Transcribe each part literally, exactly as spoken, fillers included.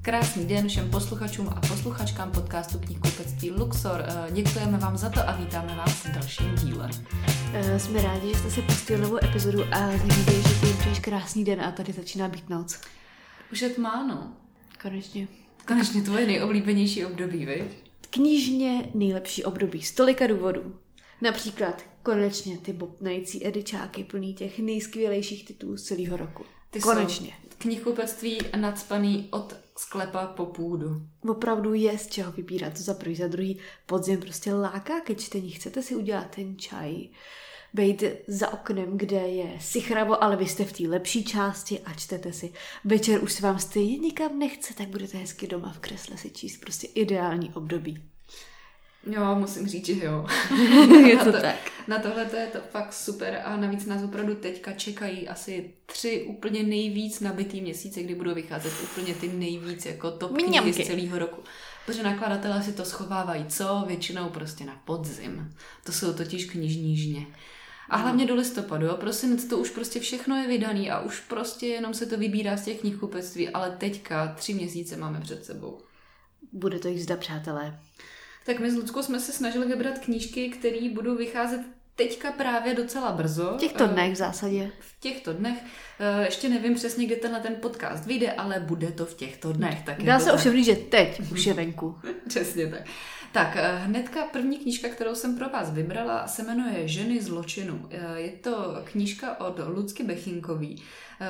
Krásný den všem posluchačům a posluchačkám podcastu Knihkupectví Luxor. Děkujeme vám za to a vítáme vás v dalším díle. Jsme rádi, že jste si pustili novou epizodu a nevíte, že ty jim přeješ krásný den a tady začíná být noc. Už je tmá, no. Konečně. Konečně tvoje nejoblíbenější období, viď? Knižně nejlepší období z tolika důvodů. Například konečně ty bobtnající edičáky plný těch nejskvělejších titulů z celého roku. Ty konečně. Jsou knihkupectví nacpaný od sklepa po půdu. Opravdu je z čeho vybírat, to za prvý, za druhý. Podzim prostě láká ke čtení. Chcete si udělat ten čaj, bejt za oknem, kde je sichravo, ale vy jste v té lepší části a čtete si. Večer už se vám stejně nikam nechce, tak budete hezky doma v kresle si číst. Prostě ideální období. Jo, musím říct, že jo. Je to to, tak. Na tohle to je to fakt super a navíc nás opravdu teďka čekají asi tři úplně nejvíc nabitý měsíce, kdy budou vycházet úplně ty nejvíc jako top knihy z celého roku. Protože nakladatelé si to schovávají co? Většinou prostě na podzim. To jsou totiž knižní žně. A hlavně do listopadu, jo, prosinec to už prostě všechno je vydaný a už prostě jenom se to vybírá z těch knihkupectví, ale teďka tři měsíce máme před sebou. Bude to jízda, přátelé. Tak my s Luckou jsme se snažili vybrat knížky, které budou vycházet teďka právě docela brzo. V těchto dnech v zásadě. V těchto dnech. Ještě nevím přesně, kdy tenhle ten podcast vyjde, ale bude to v těchto dnech. Tak Dá se ovšem říct, že teď už je venku. Přesně tak. Tak hnedka první knížka, kterou jsem pro vás vybrala, se jmenuje Ženy zločinu. Je to knížka od Lucky Bechynkové,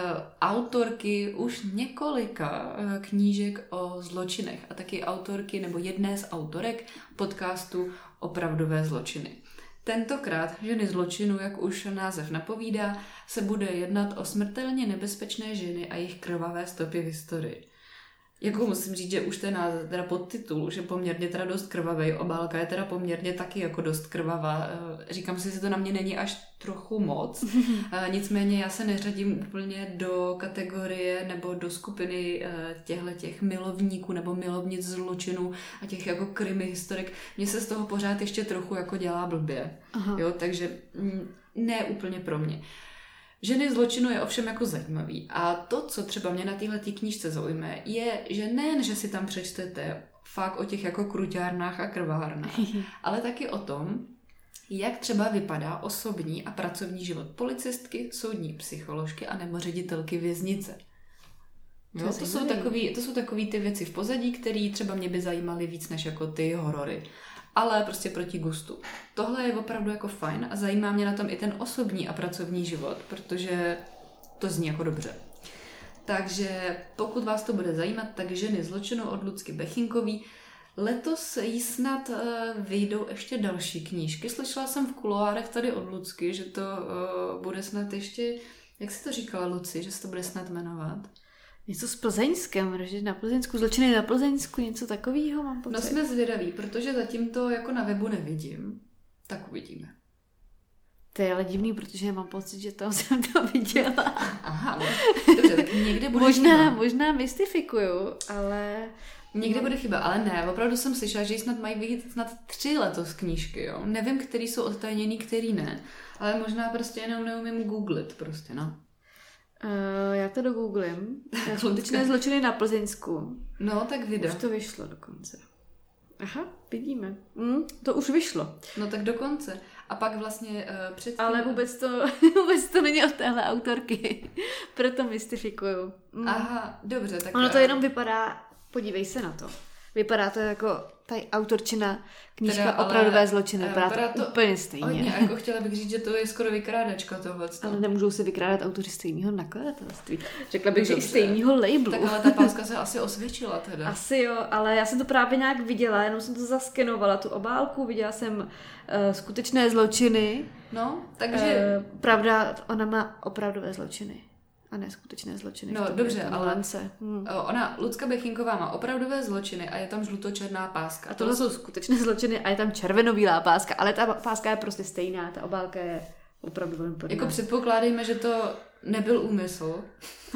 autorky už několika knížek o zločinech a taky autorky nebo jedné z autorek podcastu Opravdové zločiny. Tentokrát Ženy zločinu, jak už název napovídá, se bude jednat o smrtelně nebezpečné ženy a jejich krvavé stopy v historii. Jako musím říct, že už ten název, teda podtitul, už je poměrně teda dost krvavý, obálka je teda poměrně taky jako dost krvavá. Říkám si, že to na mě není až trochu moc, nicméně já se neřadím úplně do kategorie nebo do skupiny těchhletěch milovníků nebo milovnic zločinů a těch jako krimi historik. Mně se z toho pořád ještě trochu jako dělá blbě, jo, takže ne úplně pro mě. Ženy zločinu je ovšem jako zajímavý a to, co třeba mě na téhle knížce zaujme, je, že nejen, že si tam přečtete fakt o těch jako kruťárnách a krvárnách, ale taky o tom, jak třeba vypadá osobní a pracovní život policistky, soudní psycholožky a nebo ředitelky věznice. Jo, to, jsou takový, to jsou takový ty věci v pozadí, které třeba mě by zajímaly víc než jako ty horory. Ale prostě proti gustu. Tohle je opravdu jako fajn a zajímá mě na tom i ten osobní a pracovní život, protože to zní jako dobře. Takže pokud vás to bude zajímat, tak Ženy zločinu od Lucky Bechynkové. Letos jí snad uh, vyjdou ještě další knížky. Slyšela jsem v kuloárech tady od Lucky, že to uh, bude snad ještě, jak jsi to říkala, Luci, že se to bude snad jmenovat? Něco s Plzeňskem, že na Plzeňsku, zločiny na Plzeňsku, něco takového mám pocit. No jsme zvědaví, protože zatím to jako na webu nevidím. Tak uvidíme. To je ale divný, protože mám pocit, že tam jsem to viděla. Aha, no. Dobře, tak někde bude možná, chyba. Možná mystifikuju, ale... Někde bude chyba, ale ne, opravdu jsem slyšela, že snad mají vyjít snad tři letos knížky, jo. Nevím, který jsou odtajněný, který ne, ale možná prostě jenom neumím googlit prostě, no. Uh, já to dogooglím. Skutečné zločiny na Plzeňsku. No, tak video. Už to vyšlo dokonce. Aha, vidíme. Mm, to už vyšlo. No tak dokonce. A pak vlastně uh, předtím... Ale vůbec to, vůbec to není od téhle autorky. Proto mystifikuju. Mm. Aha, dobře. Tak ono to jenom vypadá, podívej se na to. Vypadá to jako ta autorčina knížka teda, Opravdové zločiny. Vypadá, vypadá to, to úplně stejně. Hodně, jako chtěla bych říct, že to je skoro vykrádačka tohle. Ale nemůžou se vykrádat autoři stejného nakladatelství. Řekla bych, že i stejného labelu. Tak ale ta páska se asi osvědčila teda. Asi jo, ale já jsem to právě nějak viděla, jenom jsem to zaskenovala, tu obálku, viděla jsem uh, skutečné zločiny. No, takže... Uh, pravda, ona má opravdové zločiny. A ne skutečné zločiny. No dobře, ale hmm. ona, Lucky Bechynkové má opravdové zločiny a je tam žlutočerná páska. A tohle jsou skutečné zločiny a je tam červenobílá páska, ale ta páska je prostě stejná, ta obálka je opravdu velmi podobná. Jako předpokládejme, že to nebyl úmysl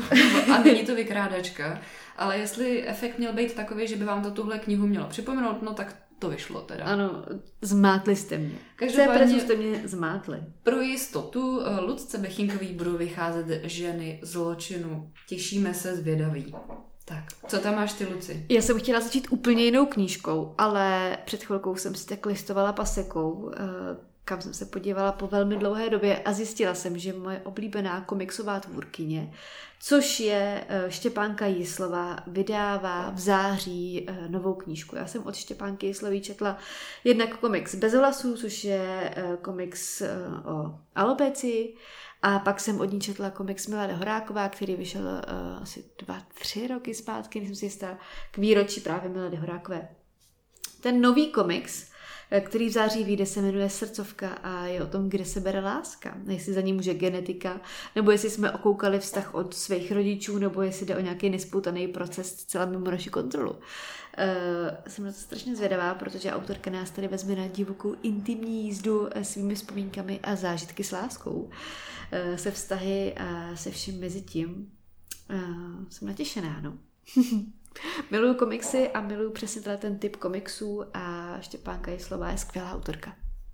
a není to vykrádačka, ale jestli efekt měl být takový, že by vám to tuhle knihu mělo připomenout, no tak to vyšlo teda. Ano, zmátli jste mě. Každopádně jste mě zmátli. Pro jistotu Lucce Bechynkové budou vycházet Ženy zločinu. Těšíme se, zvědaví. Tak, co tam máš ty, Luci? Já jsem chtěla začít úplně jinou knížkou, ale před chvilkou jsem si tak listovala pasekou, kam jsem se podívala po velmi dlouhé době a zjistila jsem, že moje oblíbená komiksová tvůrkyně, což je Štěpánka Jislová, vydává v září novou knížku. Já jsem od Štěpánky Jislový četla jednak komiks Bez vlasů, což je komiks o alopecii, a pak jsem od ní četla komiks Milady Horáková, který vyšel uh, asi dva, tři roky zpátky, nejsem si jistá, k výročí právě Milady Horákové. Ten nový komiks, který v září vyjde, se jmenuje Srdcovka a je o tom, kde se bere láska. Jestli za ní může genetika, nebo jestli jsme okoukali vztah od svých rodičů, nebo jestli jde o nějaký nespoutaný proces celá mimo naši kontrolu. Uh, jsem na to strašně zvědavá, protože autorka nás tady vezme na divokou intimní jízdu svými vzpomínkami a zážitky s láskou. Uh, se vztahy a se vším mezi tím. Uh, jsem natěšená, no. Miluju komiksy a miluju přesně ten typ komiksů a Štěpánka Jislová je skvělá autorka.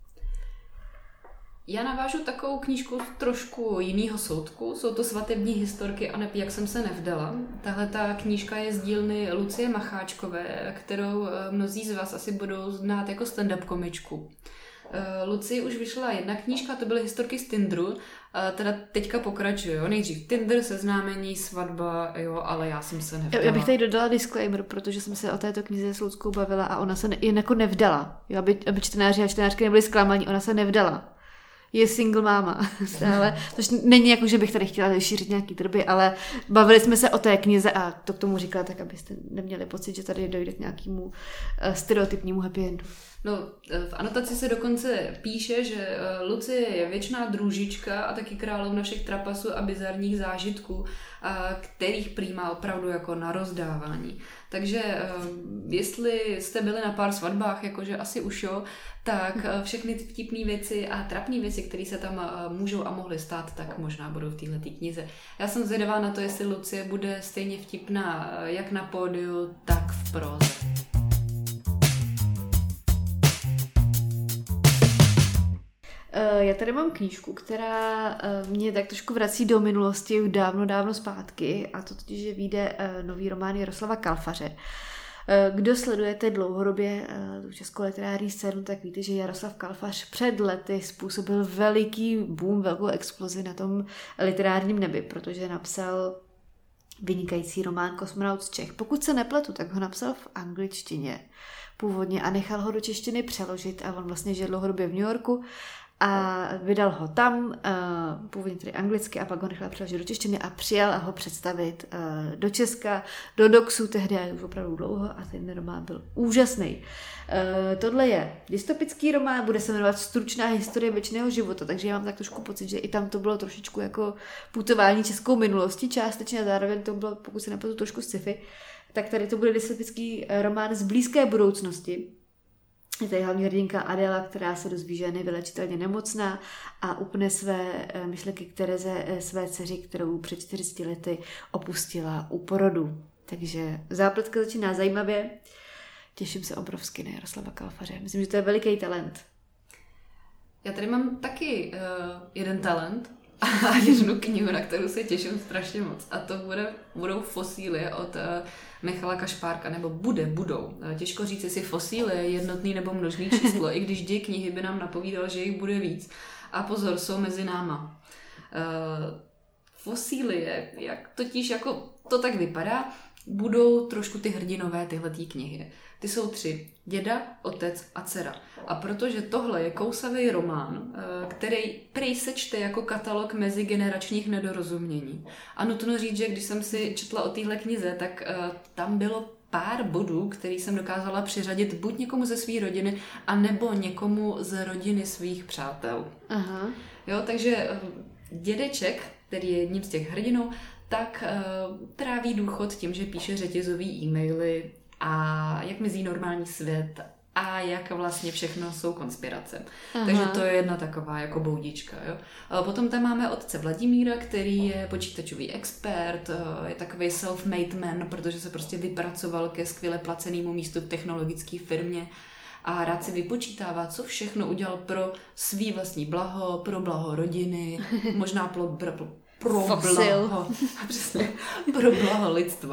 Já navážu takovou knížku trošku jinýho soudku. Jsou to svatební historky a neb jak jsem se nevdala. Tahle ta knížka je z dílny Lucie Macháčkové, kterou mnozí z vás asi budou znát jako stand-up komičku. Luci už vyšla jedna knížka, to byly historky z Tinderu, teda teďka pokračuje, jo. Nejdřív Tinder, seznámení, svatba, jo, ale já jsem se nevdala. Já bych tady dodala disclaimer, protože jsem se o této knize s Luckou bavila a ona se ne, jen jako nevdala. Jo, aby, aby čtenáři a čtenářky nebyli zklamaní, ona se nevdala. Je single máma stále, což není jako, že bych tady chtěla šířit nějaký trby, ale bavili jsme se o té knize a to k tomu říkala tak, abyste neměli pocit, že tady dojde k nějakému stereotypnímu happy endu. No, v anotaci se dokonce píše, že Lucie je věčná družička a taky královna všech trapasů a bizarních zážitků, kterých prý má opravdu jako na rozdávání. Takže jestli jste byli na pár svatbách, jakože asi už jo, tak všechny ty vtipné věci a trapné věci, které se tam můžou a mohly stát, tak možná budou v této knize. Já jsem zvědavá na to, jestli Lucie bude stejně vtipná jak na pódiu, tak v próze. Já tady mám knížku, která mě tak trošku vrací do minulosti už dávno, dávno zpátky, a to totiž, že vyjde nový román Jaroslava Kalfaře. Kdo sledujete dlouhodobě tu českou literární scénu, tak víte, že Jaroslav Kalfař před lety způsobil veliký boom, velkou explozi na tom literárním nebi, protože napsal vynikající román Kosmonaut z Čech. Pokud se nepletu, tak ho napsal v angličtině původně a nechal ho do češtiny přeložit a on vlastně žil dlouhodobě v New Yorku a vydal ho tam, původně tedy anglicky, a pak ho nechal přeložit do češtiny a přijal ho představit do Česka, do Doxu, tehdy je už opravdu dlouho a ten román byl úžasný. Tohle je dystopický román, bude se jmenovat Stručná historie věčného života, takže já mám tak trošku pocit, že i tam to bylo trošičku jako putování českou minulostí částečně a zároveň to bylo, pokud se nepletu, trošku sci-fi, tak tady to bude dystopický román z blízké budoucnosti. Je tady hlavní hrdinka Adela, která se dozví, že je nevylečitelně nemocná a upne své myšlenky k Tereze, své dceři, kterou před čtyřiceti lety opustila u porodu. Takže zápletka začíná zajímavě. Těším se obrovsky na Jaroslava Kalfaře. Myslím, že to je veliký talent. Já tady mám taky uh, jeden talent a jednu knihu, na kterou se těším strašně moc. A to bude, budou fosíly od uh, Michala Kašpárka, nebo bude, budou. Těžko říct, jestli fosíly je jednotný nebo množný číslo, i když děj knihy by nám napovídal, že jich bude víc. A pozor, jsou mezi náma. Uh, fosílie, jak totiž jako to tak vypadá, budou trošku ty hrdinové tyhletý knihy. Ty jsou tři. Děda, otec a dcera. A protože tohle je kousavý román, který prej se čte jako katalog mezigeneračních nedorozumění. A nutno říct, že když jsem si četla o téhle knize, tak tam bylo pár bodů, který jsem dokázala přiřadit buď někomu ze své rodiny, anebo někomu z rodiny svých přátel. Aha. Jo, takže dědeček, který je jedním z těch hrdinů, tak uh, tráví důchod tím, že píše řetězový e-maily a jak mizí normální svět a jak vlastně všechno jsou konspirace. Aha. Takže to je jedna taková jako boudička. Jo? A potom tam máme otce Vladimíra, který je počítačový expert, je takový self-made man, protože se prostě vypracoval ke skvěle placenému místu v technologické firmě a rád si vypočítává, co všechno udělal pro svý vlastní blaho, pro blaho rodiny, možná pro, pro, pro blaho, přesně, pro blaho lidstva.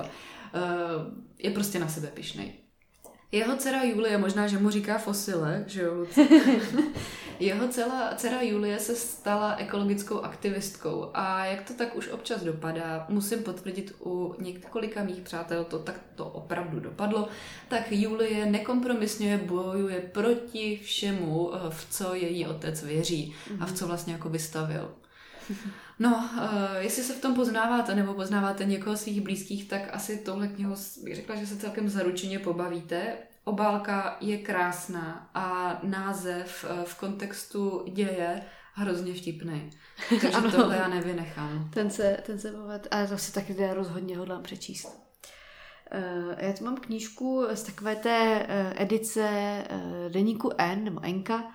je prostě na sebe pyšnej. Jeho dcera Julie, možná, že mu říká fosile, že jo, Luci? Jeho celá, dcera Julie se stala ekologickou aktivistkou a jak to tak už občas dopadá, musím potvrdit u několika mých přátel, to tak to opravdu dopadlo, tak Julie nekompromisně bojuje proti všemu, v co její otec věří a v co vlastně jako vystavil. No, uh, jestli se v tom poznáváte nebo poznáváte někoho svých blízkých, tak asi tohle knihu bych řekla, že se celkem zaručeně pobavíte. Obálka je krásná a název uh, v kontextu děje hrozně vtipný. Takže ano, tohle já nevynechám. Ten se, ten se poved, ale to si taky rozhodně hodlám přečíst. Uh, já tu mám knížku z takové té uh, edice uh, deníku N, nebo Enka,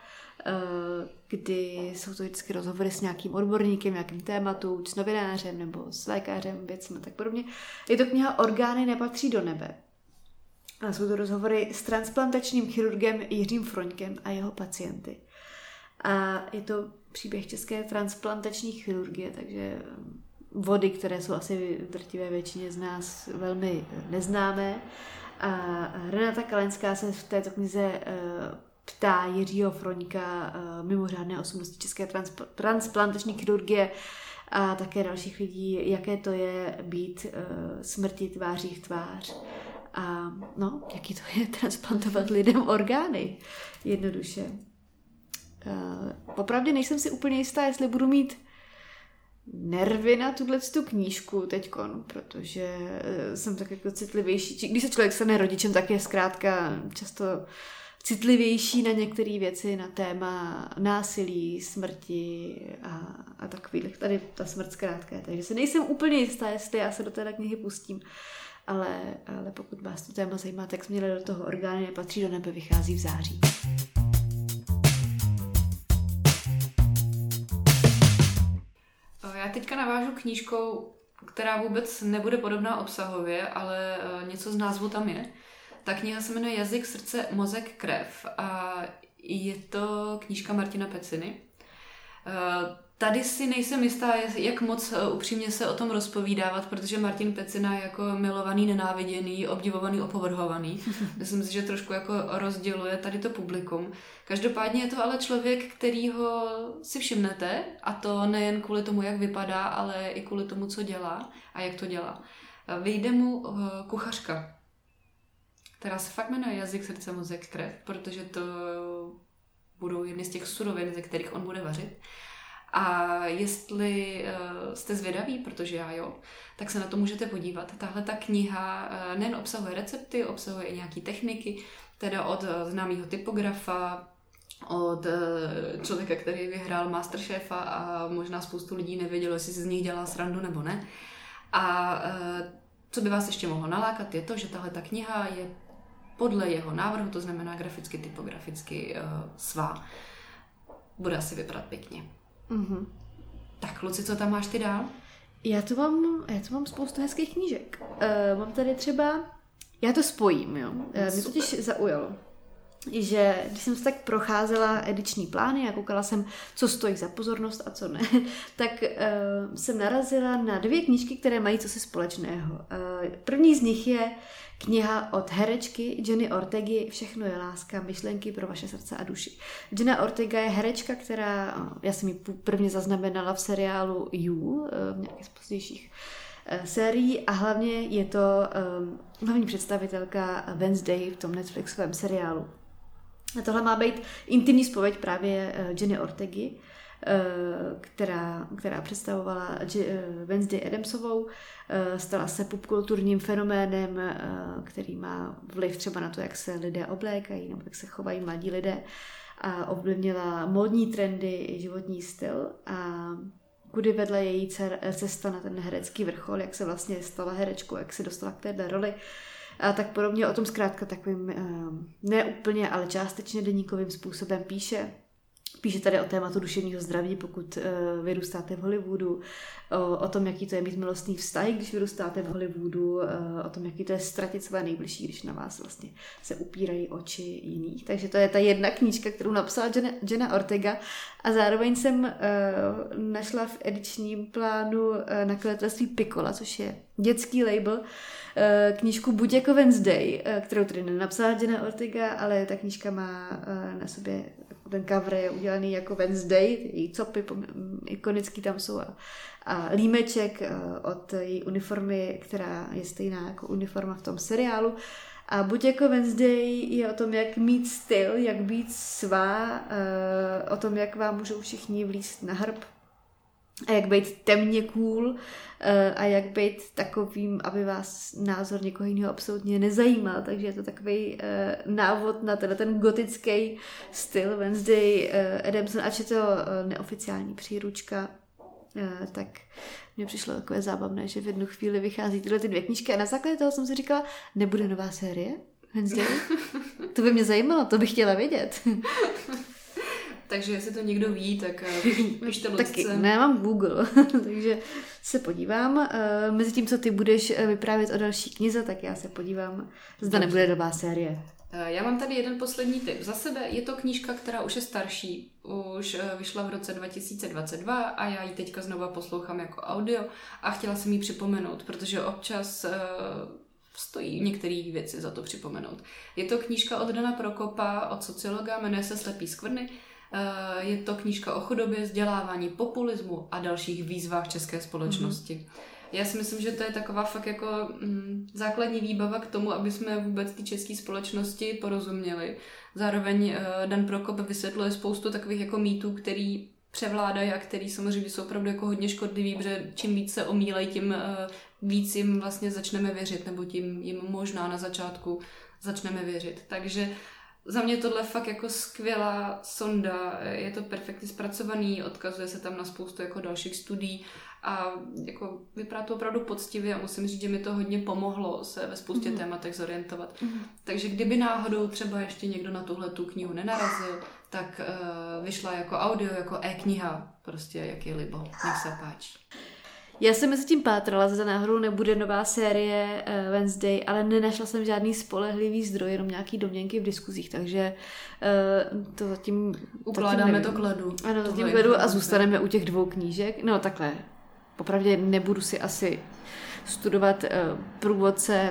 kdy jsou to vždycky rozhovory s nějakým odborníkem, nějakým tématu, s novinářem nebo s lékařem, věcmi a tak podobně. Je to kniha Orgány nepatří do nebe. A jsou to rozhovory s transplantačním chirurgem Jiřím Froňkem a jeho pacienty. A je to příběh české transplantační chirurgie, takže vody, které jsou asi v drtivé většině z nás velmi neznámé. A Renata Kalenská se v této knize ptá Jiřího Froňka, mimořádné osobnosti české transp- transplantační chirurgie a také dalších lidí, jaké to je být uh, smrti tváří v tvář. A no, jaký to je transplantovat lidem orgány. Jednoduše. Uh, popravdě nejsem si úplně jistá, jestli budu mít nervy na tuto knížku teďkon, protože uh, jsem tak jako citlivější. Když se člověk stane rodičem, tak je zkrátka často citlivější na některé věci, na téma násilí, smrti a, a takových. Tady ta smrt zkrátka. Takže se nejsem úplně jistá, jestli já se do téhle knihy pustím. Ale, ale pokud vás to téma zajímá, tak směle do toho Orgány nepatří do nebe, vychází v září. Já teďka navážu knížkou, která vůbec nebude podobná obsahově, ale něco z názvu tam je. Ta kniha se jmenuje Jazyk, srdce, mozek, krev a je to knížka Martina Peciny. Tady si nejsem jistá, jak moc upřímně se o tom rozpovídávat, protože Martin Pecina je jako milovaný, nenáviděný, obdivovaný, opovrhovaný. Myslím si, že trošku jako rozděluje tady to publikum. Každopádně je to ale člověk, kterýho si všimnete, a to nejen kvůli tomu, jak vypadá, ale i kvůli tomu, co dělá a jak to dělá. Vyjde mu kuchařka, která se fakt jmenuje Jazyk, srdce, mozek, krev, protože to budou jedny z těch surovin, ze kterých on bude vařit. A jestli uh, jste zvědaví, protože já jo, tak se na to můžete podívat. Tahle ta kniha uh, nejen obsahuje recepty, obsahuje i nějaké techniky, teda od uh, známého typografa, od uh, člověka, který vyhrál Masterchefa a možná spoustu lidí nevědělo, jestli si z nich dělá srandu nebo ne. A uh, co by vás ještě mohlo nalákat, je to, že tahle ta kniha je podle jeho návrhu, to znamená graficky, typograficky uh, svá. Bude asi vypadat pěkně. Mm-hmm. Tak, Luci, co tam máš ty dál? Já tu mám, já tu mám spoustu hezkých knížek. Uh, mám tady třeba, já to spojím, jo. Uh, mě totiž zaujalo, že když jsem se tak procházela ediční plány a koukala jsem, co stojí za pozornost a co ne, tak uh, jsem narazila na dvě knížky, které mají cosi společného. Uh, první z nich je kniha od herečky Jenny Ortegy Všechno je láska, myšlenky pro vaše srdce a duši. Jenna Ortega je herečka, která, já jsem ji prvně zaznamenala v seriálu You, v nějakých z pozdějších sérií a hlavně je to um, hlavní představitelka Wednesday v tom Netflixovém seriálu. A tohle má být intimní zpověď právě Jenny Ortegy, která, která představovala Wednesday Addamsovou, stala se popkulturním fenoménem, který má vliv třeba na to, jak se lidé oblékají nebo jak se chovají mladí lidé a ovlivnila módní trendy, životní styl a kudy vedla její cesta na ten herecký vrchol, jak se vlastně stala herečkou, jak se dostala k téhle roli. A tak podobně o tom zkrátka takovým ne úplně, ale částečně deníkovým způsobem píše. Píše tady o tématu duševního zdraví, pokud uh, vyrůstáte v Hollywoodu, o, o tom, jaký to je mít milostný vztah, když vyrůstáte v Hollywoodu, uh, o tom, jaký to je ztratit své nejbližší, když na vás vlastně se upírají oči jiných. Takže to je ta jedna knížka, kterou napsala Jenna, Jenna Ortega a zároveň jsem uh, našla v edičním plánu uh, nakladatelství Piccola, což je dětský label, uh, knížku Buď jako Wednesday, uh, kterou tedy nenapsala Jenna Ortega, ale ta knížka má uh, na sobě, ten cover je udělaný jako Wednesday, její copy ikonický tam jsou a, a límeček uh, od její uniformy, která je stejná jako uniforma v tom seriálu. A Buď jako Wednesday je o tom, jak mít styl, jak být svá, uh, o tom, jak vám můžou všichni vlízt na hrb a jak být temně cool uh, a jak být takovým, aby vás názor někoho jiného absolutně nezajímal. Takže je to takový uh, návod na tenhle ten gotický styl Wednesday uh, Adamson, ač je to uh, neoficiální příručka, uh, tak mně přišlo takové zábavné, že v jednu chvíli vychází tyhle ty dvě knížky a na základě toho jsem si říkala, nebude nová série Wednesday? To by mě zajímalo, to bych chtěla vědět. Takže jestli to někdo ví, tak pište Lucce. Taky, ne, mám Google, takže se podívám. Mezi tím, co ty budeš vyprávět o další knize, tak já se podívám, zda nebude nová série. Já mám tady jeden poslední tip. Za sebe je to knížka, která už je starší. Už vyšla v roce dva tisíce dvacet dva a já ji teďka znova poslouchám jako audio a chtěla jsem ji připomenout, protože občas stojí některé věci za to připomenout. Je to knížka od Dana Prokopa, od sociologa, jmenuje se Slepý skvrny. Je to knížka o chudobě, vzdělávání, populismu a dalších výzvách české společnosti. Mm-hmm. Já si myslím, že to je taková fakt jako mm, základní výbava k tomu, aby jsme vůbec ty české společnosti porozuměli. Zároveň uh, Dan Prokop vysvětluje spoustu takových jako mýtů, který převládají a který samozřejmě jsou opravdu jako hodně škodlivý, protože čím víc se omílají, tím uh, víc jim vlastně začneme věřit, nebo tím jim možná na začátku začneme věřit. Takže za mě tohle fakt jako skvělá sonda, je to perfektně zpracovaný, odkazuje se tam na spoustu jako dalších studií a jako vypadá to opravdu poctivě a musím říct, že mi to hodně pomohlo se ve spoustě mm. tématech zorientovat. Mm. Takže kdyby náhodou třeba ještě někdo na tuhle tu knihu nenarazil, tak uh, vyšla jako audio, jako e-kniha, prostě jak je libo, nech se páči. Já jsem mezi tím pátrala, za náhodou nebude nová série uh, Wednesday, ale nenašla jsem žádný spolehlivý zdroj, jenom nějaký domněnky v diskuzích, takže uh, to zatím... Ukládáme to k ledu. Ano, zatím k ledu a zůstaneme u těch dvou knížek. No takhle, popravdě nebudu si asi studovat uh, průvodce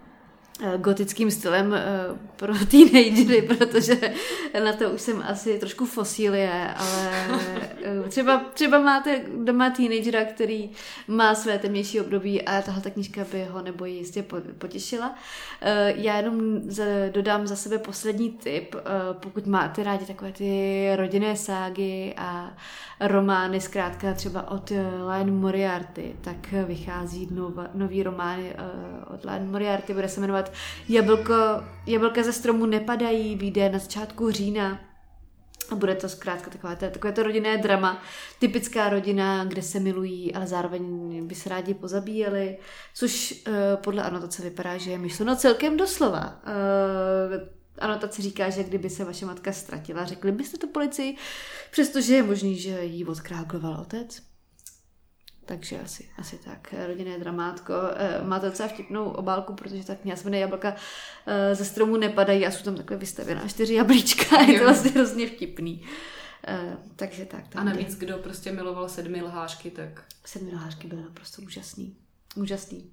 gotickým stylem pro teenagery, protože na to už jsem asi trošku fosílie, ale třeba, třeba máte doma teenagera, který má své temnější období a tahle ta knížka by ho nebo ji jistě potěšila. Já jenom dodám za sebe poslední tip, pokud máte rádi takové ty rodinné ságy a romány, zkrátka třeba od Liane Moriarty, tak vychází nova, nový román od Liane Moriarty, bude se jmenovat Jablko, Jablka ze stromu nepadají, vyjde na začátku října a bude to zkrátka takové to, takové to rodinné drama, typická rodina, kde se milují, ale zároveň by se rádi pozabíjeli, což uh, podle anotace vypadá, že je myšleno celkem doslova. Uh, Anotace říká, že kdyby se vaše matka ztratila, řekli byste to policii, přestože je možný, že jí odkrákloval otec. Takže asi, asi tak, rodinné dramátko. Má to docela vtipnou obálku, protože ta kniha se jmenuje Jablka ze stromu nepadají a jsou tam takové vystavěná čtyři jablíčka. Je to vlastně hrozně vtipný. Takže tak. tak a navíc, kdo prostě miloval Sedmi lhářky, tak... Sedmi lhářky byly naprosto úžasný. Úžasný.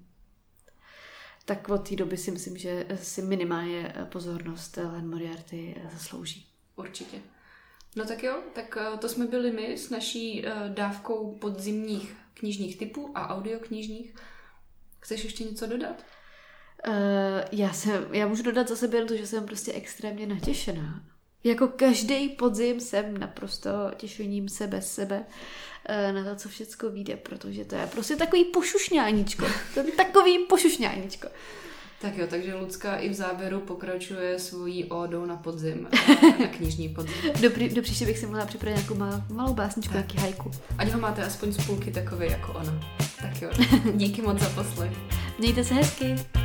Tak od té doby si myslím, že si minimálně pozornost Liane Moriarty zaslouží. Určitě. No tak jo, tak to jsme byli my s naší dávkou podzimních knižních typů a audioknižních. Chceš ještě něco dodat? Uh, já, jsem, já můžu dodat za sebe to, že jsem prostě extrémně natěšená. Jako každý podzim jsem naprosto těšením se bez sebe uh, na to, co všecko vyjde, protože to je prostě takový pošušňáníčko. To je takový pošušňáníčko. Tak jo, takže Lucka i v závěru pokračuje svojí ódou na podzim, na knižní podzim. Do, do příště bych si mohla připravit nějakou malou, malou básničku, nějaký hajku. Ať ho máte aspoň z půlky takový jako ona. Tak jo, díky moc za poslech. Mějte se hezky.